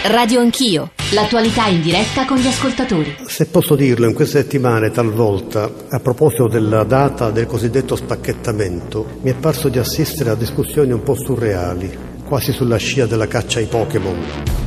Radio Anch'io, l'attualità in diretta con gli ascoltatori. Se posso dirlo, in queste settimane talvolta, a proposito della data del cosiddetto spacchettamento, mi è parso di assistere a discussioni un po' surreali, quasi sulla scia della caccia ai Pokémon.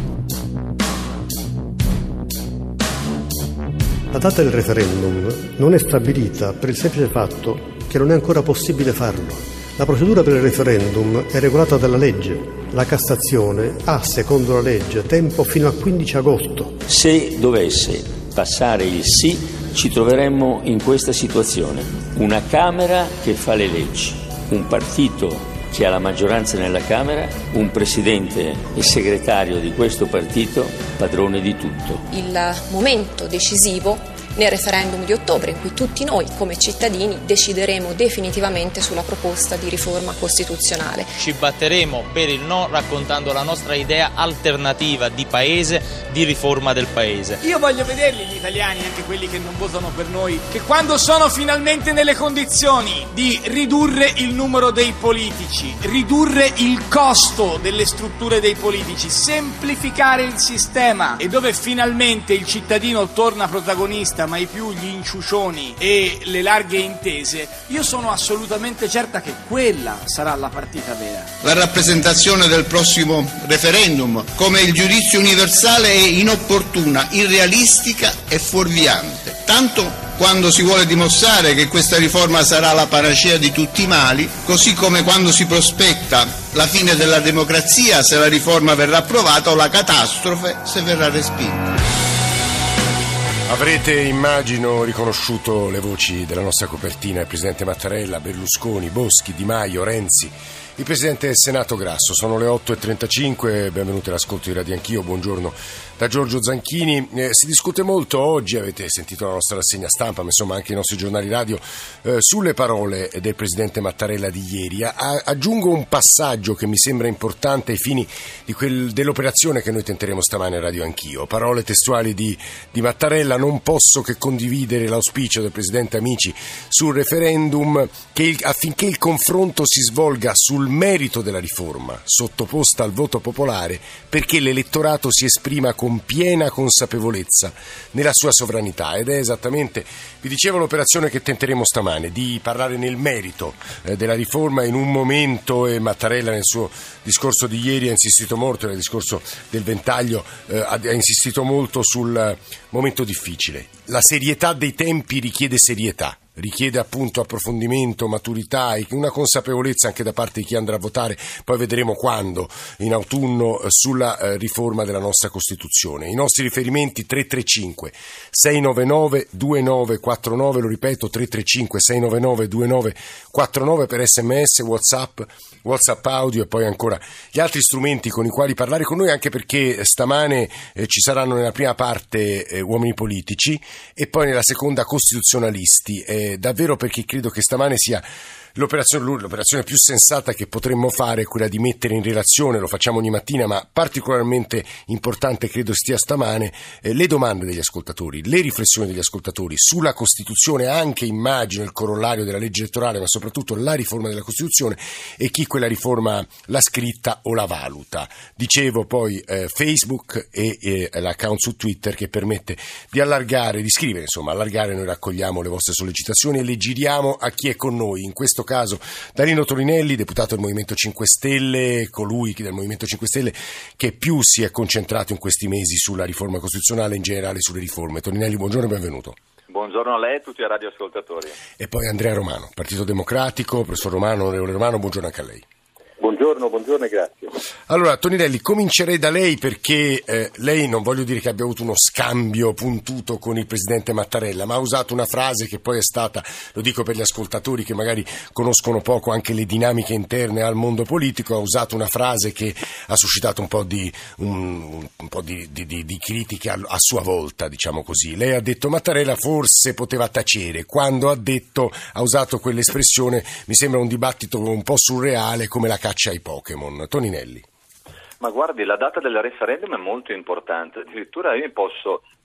La data del referendum non è stabilita per il semplice fatto che non è ancora possibile farlo. La procedura per il referendum è regolata dalla legge. La Cassazione ha, secondo la legge, tempo fino a 15 agosto. Se dovesse passare il sì, ci troveremmo in questa situazione. Una Camera che fa le leggi, un partito che ha la maggioranza nella Camera, un presidente e segretario di questo partito padrone di tutto. Il momento decisivo nel referendum di ottobre, in cui tutti noi come cittadini decideremo definitivamente sulla proposta di riforma costituzionale. Ci batteremo per il no, raccontando la nostra idea alternativa di paese, di riforma del paese. Io voglio vederli gli italiani, anche quelli che non votano per noi, che quando sono finalmente nelle condizioni di ridurre il numero dei politici, ridurre il costo delle strutture dei politici, semplificare il sistema, e dove finalmente il cittadino torna protagonista, mai più gli inciucioni e le larghe intese, io sono assolutamente certa che quella sarà la partita vera. La rappresentazione del prossimo referendum come il giudizio universale è inopportuna, irrealistica e fuorviante. Tanto quando si vuole dimostrare che questa riforma sarà la panacea di tutti i mali, così come quando si prospetta la fine della democrazia se la riforma verrà approvata o la catastrofe se verrà respinta. Avrete, immagino, riconosciuto le voci della nostra copertina: il presidente Mattarella, Berlusconi, Boschi, Di Maio, Renzi, il presidente del Senato Grasso. Sono le 8.35, benvenuti all'ascolto di Radio Anch'io, buongiorno da Giorgio Zanchini. Si discute molto oggi, avete sentito la nostra rassegna stampa, ma insomma anche i nostri giornali radio, sulle parole del presidente Mattarella di ieri. Aggiungo un passaggio che mi sembra importante ai fini dell'operazione che noi tenteremo stamane a Radio Anch'io. Parole testuali di Mattarella: non posso che condividere l'auspicio del presidente Amici sul referendum affinché il confronto si svolga sul merito della riforma sottoposta al voto popolare, perché l'elettorato si esprima con piena consapevolezza nella sua sovranità. Ed è esattamente, vi dicevo, l'operazione che tenteremo stamane, di parlare nel merito della riforma in un momento, e Mattarella nel suo discorso di ieri ha insistito molto, nel discorso del ventaglio ha insistito molto sul momento difficile. La serietà dei tempi richiede serietà, richiede appunto approfondimento, maturità e una consapevolezza anche da parte di chi andrà a votare, poi vedremo quando, in autunno, sulla riforma della nostra Costituzione. I nostri riferimenti: 335 699 2949, lo ripeto, 335 699 2949 per SMS, WhatsApp audio, e poi ancora gli altri strumenti con i quali parlare con noi, anche perché stamane ci saranno nella prima parte uomini politici e poi nella seconda costituzionalisti. Davvero, perché credo che stamane sia l'operazione più sensata che potremmo fare, è quella di mettere in relazione, lo facciamo ogni mattina, ma particolarmente importante credo stia stamane, le domande degli ascoltatori, le riflessioni degli ascoltatori sulla Costituzione, anche immagino il corollario della legge elettorale, ma soprattutto la riforma della Costituzione, e chi quella riforma l'ha scritta o la valuta. Dicevo poi Facebook e l'account su Twitter che permette di allargare, di scrivere, insomma allargare. Noi raccogliamo le vostre sollecitazioni e le giriamo a chi è con noi. In questo caso Danilo Toninelli, deputato del Movimento 5 Stelle, colui del Movimento 5 Stelle che più si è concentrato in questi mesi sulla riforma costituzionale e in generale sulle riforme. Toninelli, buongiorno e benvenuto. Buongiorno a lei e a tutti i radioascoltatori. E poi Andrea Romano, Partito Democratico. Professor Romano, onorevole Romano, buongiorno anche a lei. Buongiorno e grazie. Allora, Toninelli, comincerei da lei perché lei, non voglio dire che abbia avuto uno scambio puntuto con il presidente Mattarella, ma ha usato una frase che poi è stata, lo dico per gli ascoltatori che magari conoscono poco anche le dinamiche interne al mondo politico, ha usato una frase che ha suscitato un po' di critiche a sua volta, diciamo così. Lei ha detto: Mattarella forse poteva tacere. Quando ha usato quell'espressione, mi sembra un dibattito un po' surreale, come la caccia ai Pokémon. Toninelli. Ma guardi, la data del referendum è molto importante, addirittura io mi posso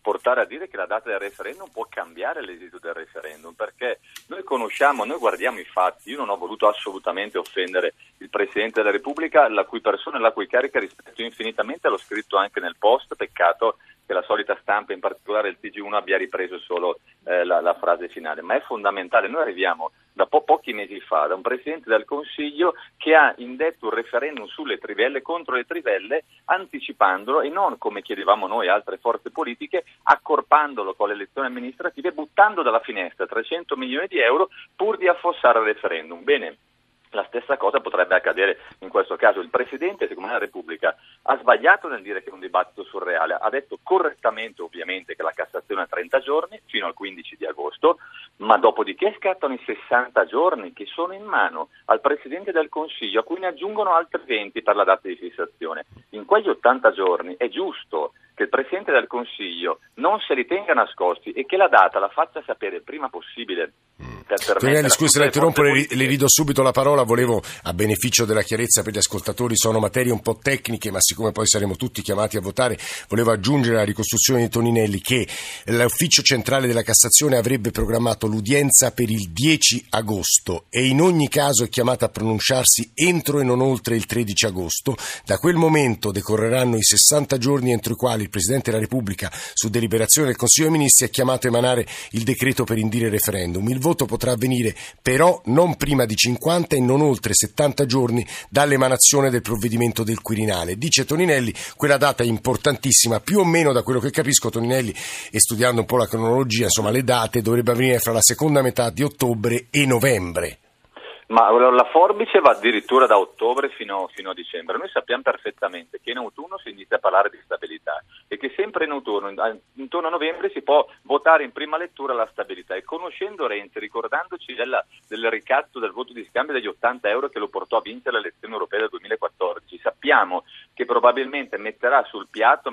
portare a dire che la data del referendum può cambiare l'esito del referendum, perché noi guardiamo i fatti. Io non ho voluto assolutamente offendere il Presidente della Repubblica, la cui persona e la cui carica rispetto infinitamente, l'ho scritto anche nel post, peccato che la solita stampa, in particolare il TG1, abbia ripreso solo la frase finale, ma è fondamentale. Noi arriviamo da pochi mesi fa da un Presidente del Consiglio che ha indetto un referendum sulle trivelle, contro le trivelle, anticipandolo, e non come chiedevamo noi altre forze politiche, accorpandolo con le elezioni amministrative e buttando dalla finestra 300 milioni di euro pur di affossare il referendum. Bene, la stessa cosa potrebbe accadere in questo caso. Il Presidente, secondo me, della Repubblica ha sbagliato nel dire che è un dibattito surreale, ha detto correttamente ovviamente che la Cassazione ha 30 giorni, fino al 15 di agosto, ma dopodiché scattano i 60 giorni che sono in mano al Presidente del Consiglio, a cui ne aggiungono altri 20 per la data di fissazione. In quegli 80 giorni è giusto che il Presidente del Consiglio non se li tenga nascosti e che la data la faccia sapere il prima possibile. Tonelli, scusi, la interrompo, le rido subito la parola. Volevo, a beneficio della chiarezza per gli ascoltatori, sono materie un po' tecniche, ma siccome poi saremo tutti chiamati a votare, volevo aggiungere alla ricostruzione di Toninelli che l'Ufficio Centrale della Cassazione avrebbe programmato l'udienza per il 10 agosto e in ogni caso è chiamata a pronunciarsi entro e non oltre il 13 agosto. Da quel momento decorreranno i 60 giorni entro i quali il Presidente della Repubblica, su deliberazione del Consiglio dei Ministri, è chiamato a emanare il decreto per indire il referendum. Il voto potrà avvenire però non prima di 50 e non oltre 70 giorni dall'emanazione del provvedimento del Quirinale. Dice Toninelli, quella data è importantissima, più o meno da quello che capisco, Toninelli, e studiando un po' la cronologia, insomma le date, dovrebbe avvenire fra la seconda metà di ottobre e novembre. Ma la forbice va addirittura da ottobre fino a dicembre. Noi sappiamo perfettamente che in autunno si inizia a parlare di stabilità e che sempre in autunno, intorno a novembre, si può votare in prima lettura la stabilità. E conoscendo Renzi, ricordandoci del ricatto del voto di scambio degli 80 euro che lo portò a vincere le elezioni europee del 2014, sappiamo che probabilmente metterà sul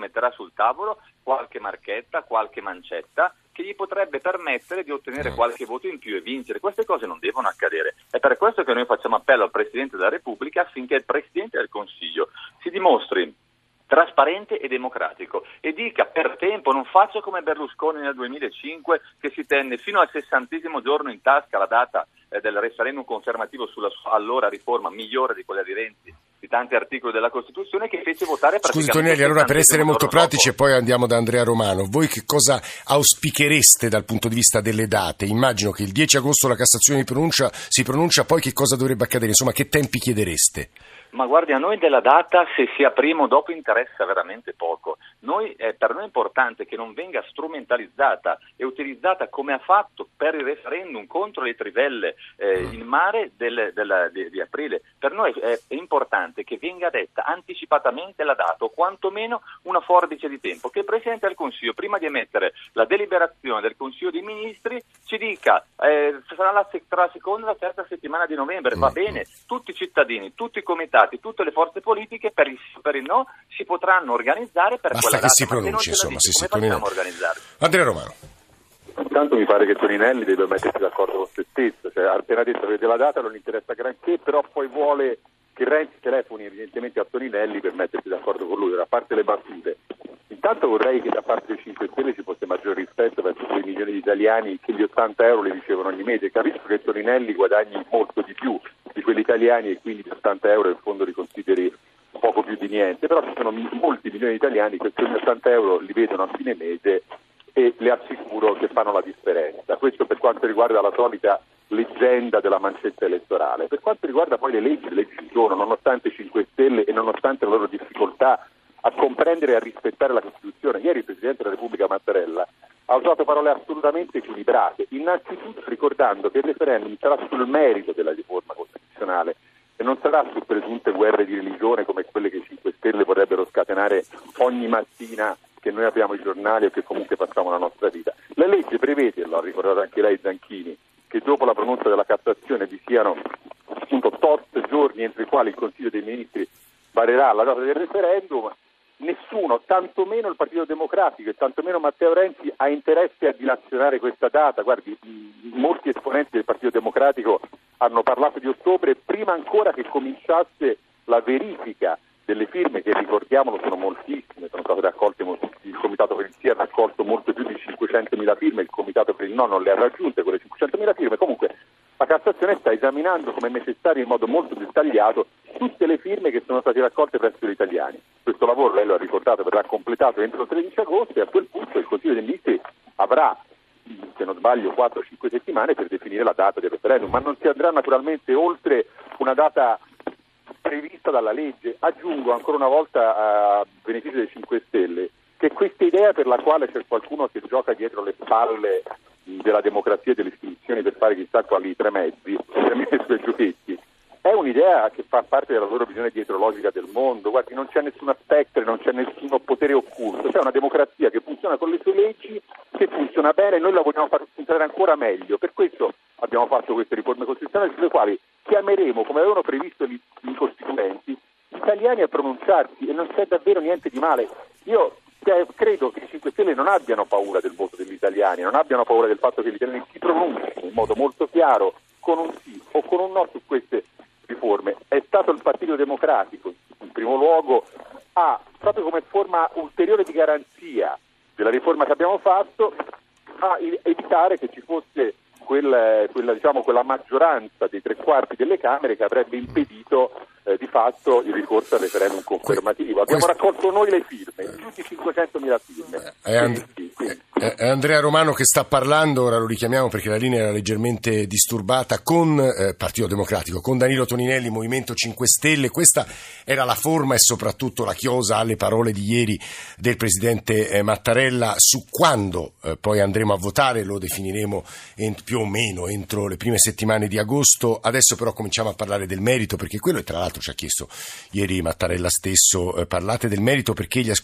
tavolo qualche marchetta, qualche mancetta, che gli potrebbe permettere di ottenere qualche voto in più e vincere. Queste cose non devono accadere. È per questo che noi facciamo appello al Presidente della Repubblica affinché il Presidente del Consiglio si dimostri trasparente e democratico e dica per tempo, non faccia come Berlusconi nel 2005 che si tenne fino al 60° giorno in tasca la data del referendum confermativo sulla sua allora riforma migliore di quella di Renzi, di tanti articoli della Costituzione, che fece votare praticamente. Scusi Tonelli, allora per essere molto pratici dopo. E poi andiamo da Andrea Romano, voi che cosa auspichereste dal punto di vista delle date? Immagino che il 10 agosto la Cassazione si pronuncia, poi che cosa dovrebbe accadere? Insomma, che tempi chiedereste? Ma guardi, a noi della data, se sia prima o dopo, interessa veramente poco. Per noi è importante che non venga strumentalizzata e utilizzata come ha fatto per il referendum contro le trivelle in mare di aprile. Per noi è importante che venga detta anticipatamente la data, o quantomeno una forbice di tempo, che il Presidente del Consiglio, prima di emettere la deliberazione del Consiglio dei Ministri, ci dica sarà tra la seconda e la terza settimana di novembre. Va bene, tutti i cittadini, tutti i comitati, tutte le forze politiche per il no si potranno organizzare per basta quella che data. Si pronunci, insomma, come facciamo a organizzare? Andrea Romano. Intanto mi pare che Toninelli debba mettersi d'accordo con se stesso, cioè ha appena detto che della data non interessa granché, però poi vuole che Renzi telefoni evidentemente a Toninelli per mettersi d'accordo con lui, a parte le battute. Intanto vorrei che da parte dei 5 Stelle ci fosse maggior rispetto verso quei milioni di italiani che gli 80 euro li ricevono ogni mese. Capisco che Toninelli guadagni molto di più di quelli italiani e quindi gli 80 euro in fondo li consideri poco più di niente, però ci sono molti milioni di italiani che quegli 80 euro li vedono a fine mese e le assicuro che fanno la differenza. Questo per quanto riguarda la solita leggenda della mancetta elettorale. Per quanto riguarda poi le leggi ci sono, nonostante i 5 Stelle e nonostante la loro difficoltà a comprendere e a rispettare la Costituzione. Ieri il Presidente della Repubblica Mattarella ha usato parole assolutamente equilibrate, innanzitutto ricordando che il referendum sarà sul merito della riforma costituzionale e non sarà su presunte guerre di religione come quelle che i 5 Stelle vorrebbero scatenare ogni mattina che noi apriamo i giornali o che comunque facciamo la nostra vita. La legge prevede, lo ha ricordato anche lei Zanchini, che dopo la pronuncia della Cassazione vi siano appunto 8 giorni entro i quali il Consiglio dei Ministri varerà la data del referendum. Nessuno, tantomeno il Partito Democratico e tantomeno Matteo Renzi, ha interesse a dilazionare questa data. Guardi, molti esponenti del Partito Democratico hanno parlato di ottobre prima ancora che cominciasse la verifica delle firme che, ricordiamolo, sono moltissime, sono state raccolte, il Comitato per il Sì ha raccolto molto più di 500.000 firme, il Comitato per il No non le ha raggiunte quelle 500.000 firme. Comunque la Cassazione sta esaminando come necessario in modo molto dettagliato tutte le firme che sono state raccolte presso gli italiani. Questo lavoro, lei lo ha ricordato, verrà completato entro il 13 agosto e a quel punto il Consiglio dei Ministri avrà, se non sbaglio, 4-5 settimane per definire la data del referendum, ma non si andrà naturalmente oltre una data prevista dalla legge. Aggiungo ancora una volta, a beneficio dei 5 Stelle, che questa idea per la quale c'è qualcuno che gioca dietro le spalle della democrazia e delle istituzioni per fare chissà quali tre mezzi, i suoi giochetti, è un'idea che fa parte della loro visione dietrologica del mondo. Guardi, non c'è nessuna spectre, non c'è nessuno potere occulto, c'è una democrazia che funziona con le sue leggi, che funziona bene, e noi la vogliamo far funzionare ancora meglio. Per questo abbiamo fatto queste riforme costituzionali, sulle quali chiameremo, come avevano previsto i costituenti, gli italiani a pronunciarsi, e non c'è davvero niente di male. Io credo che i 5 Stelle non abbiano paura del voto degli italiani, non abbiano paura del fatto che gli italiani si pronuncino in modo molto chiaro con un sì o con un no su queste riforme. È stato il Partito Democratico, in primo luogo, proprio come forma ulteriore di garanzia della riforma che abbiamo fatto, a evitare che ci fosse quella maggioranza dei 3/4 delle Camere che avrebbe impedito di fatto il ricorso al referendum confermativo. Abbiamo raccolto noi le firme, più di 500.000 firme. È Andrea Romano che sta parlando, ora lo richiamiamo perché la linea era leggermente disturbata, con Partito Democratico, con Danilo Toninelli, Movimento 5 Stelle. Questa era la forma e soprattutto la chiosa alle parole di ieri del Presidente Mattarella. Su quando poi andremo a votare lo definiremo più o meno entro le prime settimane di agosto. Adesso però cominciamo a parlare del merito, perché quello, e tra l'altro ci ha chiesto ieri Mattarella stesso, parlate del merito perché gli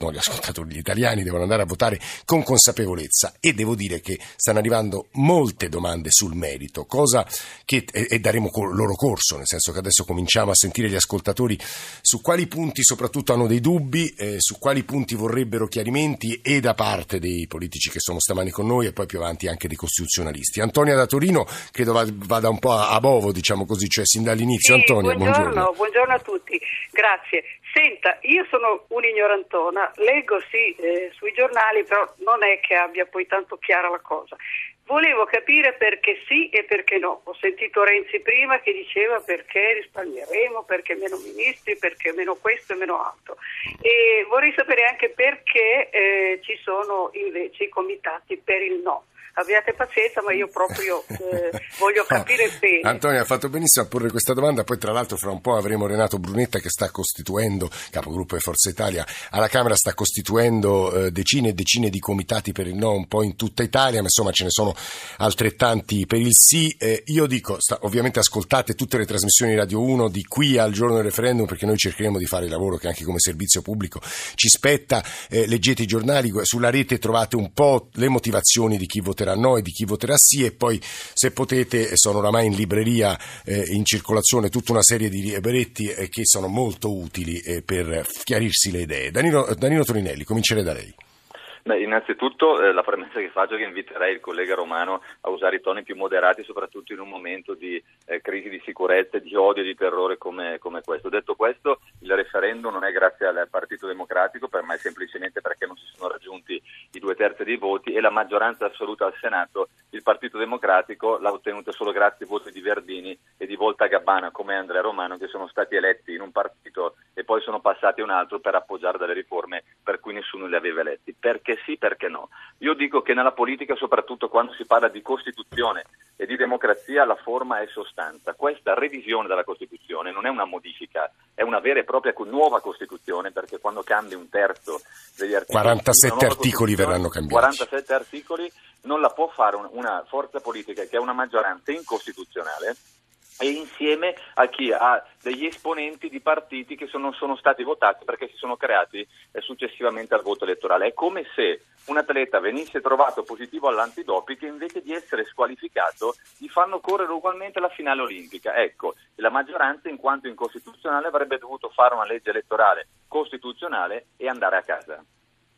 italiani devono andare a votare con consapevolezza, e devo dire che stanno arrivando molte domande sul merito, cosa che e daremo loro corso, nel senso che adesso cominciamo a sentire gli ascoltatori su quali punti soprattutto hanno dei dubbi, su quali punti vorrebbero chiarimenti, e da parte dei politici che sono stamani con noi e poi più avanti anche dei costituzionalisti. Antonia da Torino credo vada un po' a bovo, diciamo così, cioè sin dall'inizio. Sì, Antonia, buongiorno a tutti, grazie. Senta, io sono un'ignorantona, leggo sui giornali, però non è che abbia poi tanto chiara la cosa. Volevo capire perché sì e perché no. Ho sentito Renzi prima che diceva perché risparmieremo, perché meno ministri, perché meno questo e meno altro. E vorrei sapere anche perché ci sono invece i comitati per il no. Abbiate pazienza, ma io proprio voglio capire bene. Antonio ha fatto benissimo a porre questa domanda. Poi tra l'altro fra un po' avremo Renato Brunetta che sta costituendo, capogruppo di Forza Italia alla Camera, sta costituendo decine e decine di comitati per il no un po' in tutta Italia, ma insomma ce ne sono altrettanti per il sì. Io dico, ovviamente ascoltate tutte le trasmissioni di Radio 1 di qui al giorno del referendum, perché noi cercheremo di fare il lavoro che anche come servizio pubblico ci spetta. Leggete i giornali, sulla rete trovate un po' le motivazioni di chi voterà no e di chi voterà sì, e poi se potete sono oramai in libreria in circolazione tutta una serie di libretti che sono molto utili per chiarirsi le idee. Danilo Toninelli, comincerei da lei. Beh, innanzitutto la premessa che faccio è che inviterei il collega Romano a usare i toni più moderati, soprattutto in un momento di crisi di sicurezza, di odio e di terrore come questo. Detto questo, il referendum non è grazie al Partito Democratico, per me è semplicemente perché non si sono raggiunti i 2/3 dei voti, e la maggioranza assoluta al Senato il Partito Democratico l'ha ottenuta solo grazie ai voti di Verdini e di Voltagabbana come Andrea Romano, che sono stati eletti in un partito e poi sono passati a un altro per appoggiare delle riforme per cui nessuno li aveva eletti. Perché sì, perché no? Io dico che nella politica, soprattutto quando si parla di Costituzione e di democrazia, la forma è sostanza. Questa revisione della Costituzione non è una modifica, è una vera e propria nuova Costituzione, perché quando cambi un terzo degli articoli, 47 articoli verranno cambiati. 47 articoli non la può fare una forza politica che ha una maggioranza incostituzionale e insieme a chi ha degli esponenti di partiti che non sono stati votati perché si sono creati successivamente al voto elettorale. È come se un atleta venisse trovato positivo all'antidoping e invece di essere squalificato gli fanno correre ugualmente la finale olimpica. Ecco, la maggioranza in quanto incostituzionale avrebbe dovuto fare una legge elettorale costituzionale e andare a casa.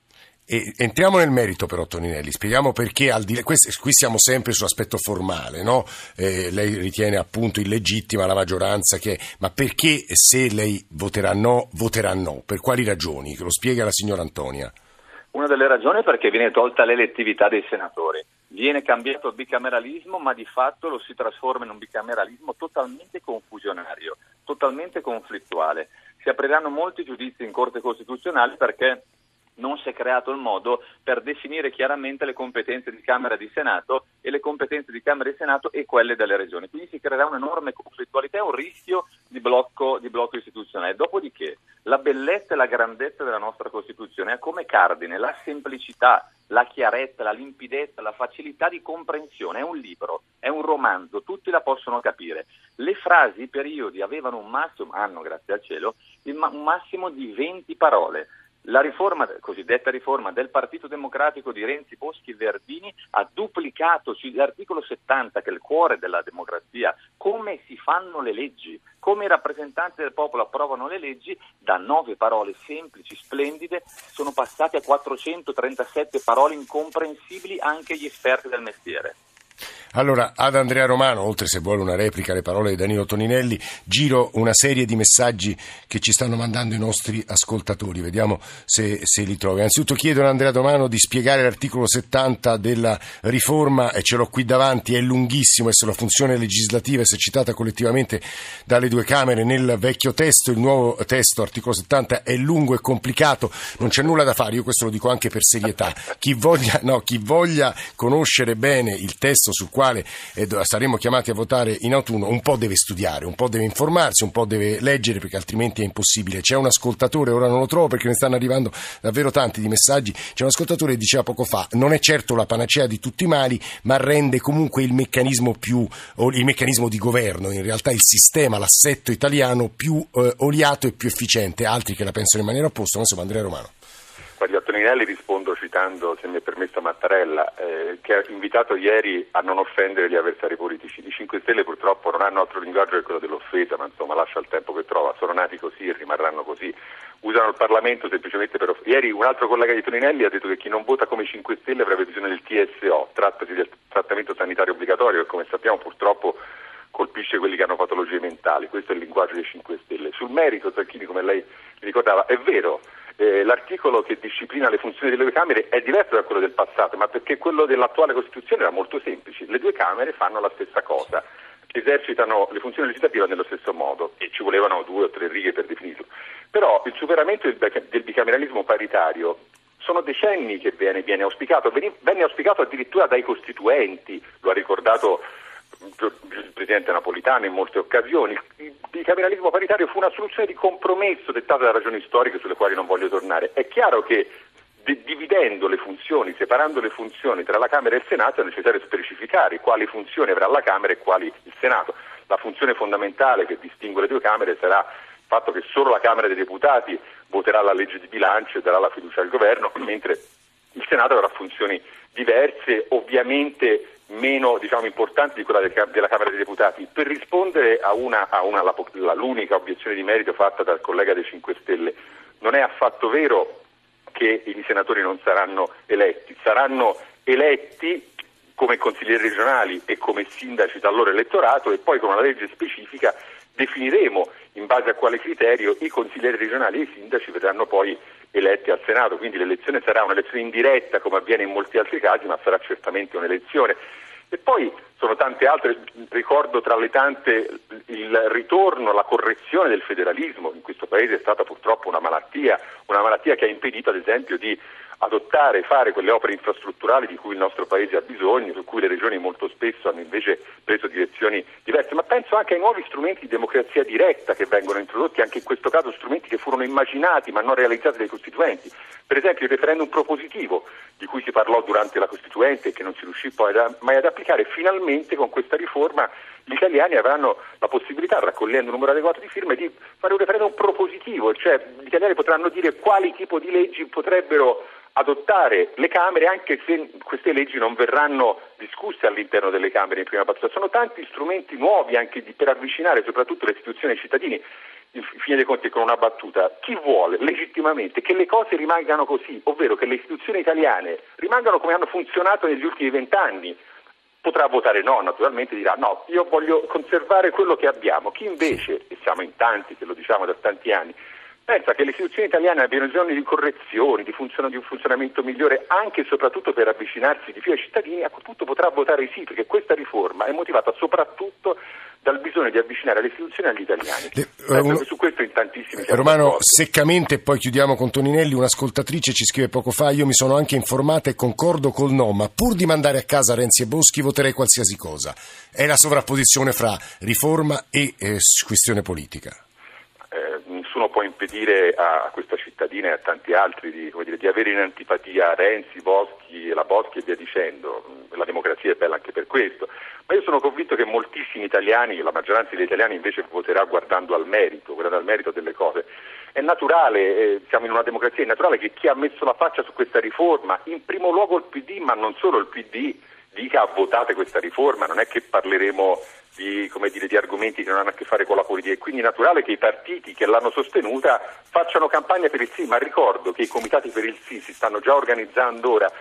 E entriamo nel merito però, Toninelli, spieghiamo perché qui siamo sempre sull'aspetto formale, no? Lei ritiene appunto illegittima la maggioranza ma perché se lei voterà no, per quali ragioni? Lo spiega la signora Antonia. Una delle ragioni è perché viene tolta l'elettività dei senatori, viene cambiato il bicameralismo, ma di fatto lo si trasforma in un bicameralismo totalmente confusionario, totalmente conflittuale. Si apriranno molti giudizi in Corte Costituzionale perché non si è creato il modo per definire chiaramente le competenze di Camera e di Senato e le competenze di Camera e Senato e quelle delle regioni. Quindi si creerà un'enorme conflittualità e un rischio di blocco istituzionale. Dopodiché la bellezza e la grandezza della nostra Costituzione ha come cardine la semplicità, la chiarezza, la limpidezza, la facilità di comprensione. È un libro, è un romanzo, tutti la possono capire. Le frasi, i periodi hanno, grazie al cielo, un massimo di 20 parole. La cosiddetta riforma del Partito Democratico di Renzi, Boschi e Verdini ha duplicato l'articolo 70, che è il cuore della democrazia, come si fanno le leggi, come i rappresentanti del popolo approvano le leggi. Da 9 parole semplici, splendide, sono passate a 437 parole incomprensibili anche agli esperti del mestiere. Allora, ad Andrea Romano, oltre se vuole una replica alle parole di Danilo Toninelli, giro una serie di messaggi che ci stanno mandando i nostri ascoltatori, vediamo se li trovo. Innanzitutto chiedono a Andrea Romano di spiegare l'articolo 70 della riforma, e ce l'ho qui davanti, è lunghissimo, e se la funzione legislativa è esercitata collettivamente dalle due Camere nel vecchio testo, il nuovo testo, articolo 70, è lungo e complicato, non c'è nulla da fare, io questo lo dico anche per serietà. Chi voglia conoscere bene il testo sul quale saremo chiamati a votare in autunno, un po' deve studiare, un po' deve informarsi, un po' deve leggere, perché altrimenti è impossibile. C'è un ascoltatore, ora non lo trovo perché ne stanno arrivando davvero tanti di messaggi, c'è un ascoltatore che diceva poco fa: non è certo la panacea di tutti i mali, ma rende comunque il meccanismo di governo, in realtà il sistema, l'assetto italiano più oliato e più efficiente. Altri che la pensano in maniera opposta, non so, Andrea Romano. Guardi, a Toninelli rispondo citando, se mi è permesso, Mattarella, che ha invitato ieri a non offendere gli avversari politici. I 5 Stelle purtroppo non hanno altro linguaggio che quello dell'offesa, ma insomma lascia il tempo che trova, sono nati così e rimarranno così. Usano il Parlamento semplicemente per Ieri un altro collega di Toninelli ha detto che chi non vota come 5 Stelle avrebbe bisogno del TSO, trattasi del trattamento sanitario obbligatorio, che come sappiamo purtroppo colpisce quelli che hanno patologie mentali. Questo è il linguaggio dei 5 Stelle. Sul merito, Zacchini, come lei ricordava, è vero, l'articolo che disciplina le funzioni delle due Camere è diverso da quello del passato, ma perché quello dell'attuale Costituzione era molto semplice. Le due Camere fanno la stessa cosa, esercitano le funzioni legislative nello stesso modo, e ci volevano 2 o 3 righe per definirlo. Però il superamento del bicameralismo paritario sono decenni che viene auspicato, venne auspicato addirittura dai costituenti, lo ha ricordato il Presidente Napolitano in molte occasioni. Il bicameralismo paritario fu una soluzione di compromesso dettata da ragioni storiche sulle quali non voglio tornare. È chiaro che dividendo le funzioni, separando le funzioni tra la Camera e il Senato, è necessario specificare quali funzioni avrà la Camera e quali il Senato. La funzione fondamentale che distingue le due Camere sarà il fatto che solo la Camera dei Deputati voterà la legge di bilancio e darà la fiducia al governo, mentre il Senato avrà funzioni diverse, ovviamente meno importanti di quella della Camera dei Deputati. Per rispondere all'unica obiezione di merito fatta dal collega dei 5 Stelle, non è affatto vero che i senatori non saranno eletti come consiglieri regionali e come sindaci dal loro elettorato, e poi con una legge specifica definiremo in base a quale criterio i consiglieri regionali e i sindaci verranno poi eletti al Senato. Quindi l'elezione sarà un'elezione indiretta, come avviene in molti altri casi, ma sarà certamente un'elezione. E poi sono tante altre, ricordo tra le tante il ritorno, la correzione del federalismo. In questo Paese è stata purtroppo una malattia che ha impedito ad esempio di fare quelle opere infrastrutturali di cui il nostro Paese ha bisogno, su cui le regioni molto spesso hanno invece preso direzioni diverse. Ma penso anche ai nuovi strumenti di democrazia diretta che vengono introdotti, anche in questo caso strumenti che furono immaginati ma non realizzati dai costituenti. Per esempio il referendum propositivo, di cui si parlò durante la Costituente e che non si riuscì poi mai ad applicare. Finalmente con questa riforma gli italiani avranno la possibilità, raccogliendo un numero adeguato di firme, di fare un referendum propositivo, cioè gli italiani potranno dire quali tipo di leggi potrebbero adottare le Camere, anche se queste leggi non verranno discusse all'interno delle Camere in prima battuta. Sono tanti strumenti nuovi anche per avvicinare soprattutto le istituzioni ai cittadini. in fine dei conti, con una battuta, chi vuole legittimamente che le cose rimangano così, ovvero che le istituzioni italiane rimangano come hanno funzionato negli ultimi 20 anni, potrà votare no, naturalmente dirà no, io voglio conservare quello che abbiamo. Chi invece, e siamo in tanti che lo diciamo da tanti anni, pensa che le istituzioni italiane abbiano bisogno di correzioni, di un funzionamento migliore, anche e soprattutto per avvicinarsi di più ai cittadini, a quel punto potrà votare sì, perché questa riforma è motivata soprattutto dal bisogno di avvicinare le istituzioni agli italiani. Su questo in tantissimi Romano, seccamente, e poi chiudiamo con Toninelli. Un'ascoltatrice ci scrive poco fa: io mi sono anche informata e concordo col no, ma pur di mandare a casa Renzi e Boschi voterei qualsiasi cosa. È la sovrapposizione fra riforma e questione politica. Nessuno può impedire a questa cittadina e a tanti altri di avere in antipatia Renzi, Boschi, la Boschi e via dicendo. La democrazia è bella anche per questo, ma io sono convinto che moltissimi italiani, la maggioranza degli italiani invece voterà guardando al merito delle cose. È naturale, siamo in una democrazia, è naturale che chi ha messo la faccia su questa riforma, in primo luogo il PD, ma non solo il PD, dica votate questa riforma. Non è che parleremo di argomenti che non hanno a che fare con la politica, e quindi è naturale che i partiti che l'hanno sostenuta facciano campagna per il sì, ma ricordo che i comitati per il sì si stanno già organizzando ora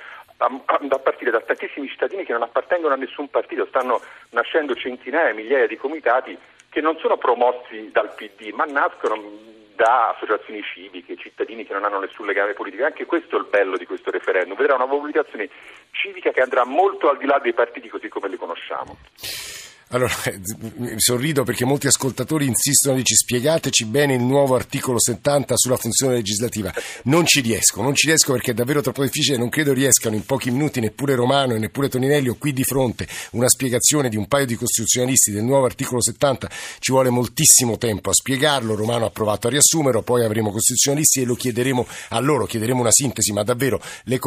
a partire da tantissimi cittadini che non appartengono a nessun partito. Stanno nascendo centinaia, migliaia di comitati che non sono promossi dal PD, ma nascono da associazioni civiche, cittadini che non hanno nessun legame politico. Anche questo è il bello di questo referendum, vedrà una mobilitazione civica che andrà molto al di là dei partiti così come li conosciamo. Allora, sorrido perché molti ascoltatori insistono, dici spiegateci bene il nuovo articolo 70 sulla funzione legislativa. Non ci riesco perché è davvero troppo difficile, non credo riescano in pochi minuti neppure Romano e neppure Toninelli. Ho qui di fronte una spiegazione di un paio di costituzionalisti del nuovo articolo 70, ci vuole moltissimo tempo a spiegarlo. Romano ha provato a riassumerlo, poi avremo costituzionalisti e lo chiederemo a loro, chiederemo una sintesi, ma davvero le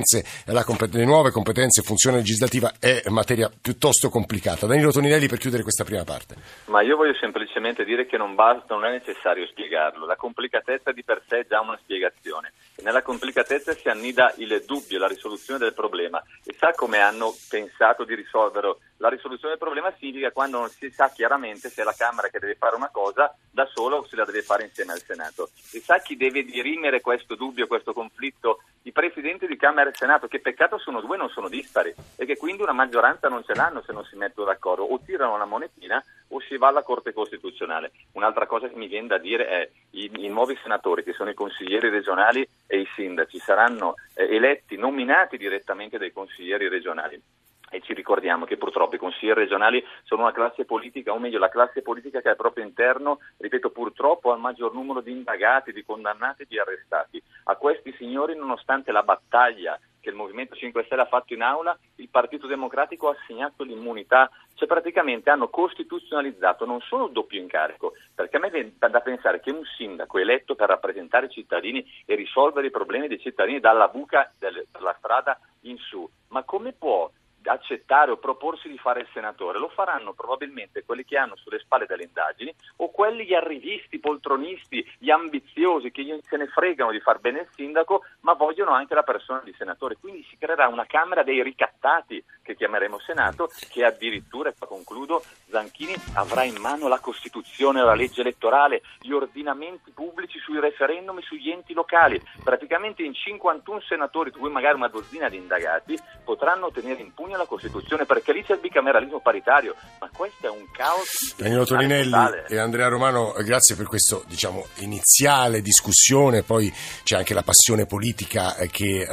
nuove competenze e funzione legislativa è materia piuttosto complicata. Danilo Toninelli, per chiudere questa prima parte. Ma io voglio semplicemente dire che non è necessario spiegarlo. La complicatezza di per sé è già una spiegazione. E nella complicatezza si annida il dubbio, la risoluzione del problema. E sa come hanno pensato di risolverlo? La risoluzione del problema significa quando non si sa chiaramente se è la Camera che deve fare una cosa da sola o se la deve fare insieme al Senato. E sa chi deve dirimere questo dubbio, questo conflitto? I presidenti di Camera e Senato, che peccato sono due, non sono dispari, e che quindi una maggioranza non ce l'hanno se non si mettono d'accordo, o tirano la monetina o si va alla Corte Costituzionale. Un'altra cosa che mi viene da dire è i nuovi senatori, che sono i consiglieri regionali e i sindaci, saranno eletti, nominati direttamente dai consiglieri regionali. E ci ricordiamo che purtroppo i consiglieri regionali sono una classe politica, o meglio la classe politica che al proprio interno, ripeto, purtroppo ha il maggior numero di indagati, di condannati e di arrestati. A questi signori, nonostante la battaglia che il Movimento 5 Stelle ha fatto in aula, il Partito Democratico ha assegnato l'immunità, cioè praticamente hanno costituzionalizzato non solo il doppio incarico, perché a me viene da pensare che un sindaco eletto per rappresentare i cittadini e risolvere i problemi dei cittadini dalla buca della strada in su, ma come può accettare o proporsi di fare il senatore? Lo faranno probabilmente quelli che hanno sulle spalle delle indagini, o quelli gli arrivisti, poltronisti, gli ambiziosi che se ne fregano di far bene il sindaco ma vogliono anche la persona di senatore. Quindi si creerà una Camera dei ricattati che chiameremo Senato, che addirittura, e qua concludo, Zanchini avrà in mano la Costituzione, la legge elettorale, gli ordinamenti pubblici sui referendum e sugli enti locali. Praticamente in 51 senatori, di cui magari una dozzina di indagati, potranno tenere in pugno la Costituzione, perché lì c'è il bicameralismo paritario, ma questo è un caos. Danilo Toninelli e Andrea Romano, grazie per questo iniziale discussione. Poi c'è anche la passione politica che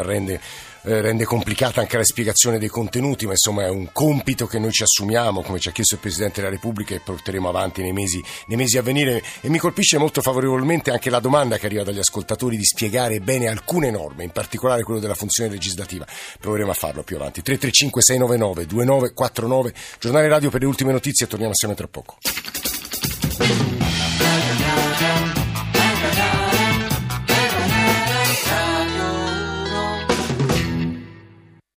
rende complicata anche la spiegazione dei contenuti, ma insomma è un compito che noi ci assumiamo, come ci ha chiesto il Presidente della Repubblica, e porteremo avanti nei mesi a venire. E mi colpisce molto favorevolmente anche la domanda che arriva dagli ascoltatori di spiegare bene alcune norme, in particolare quello della funzione legislativa. Proveremo a farlo più avanti. 335 699 2949, giornale radio per le ultime notizie, torniamo assieme tra poco.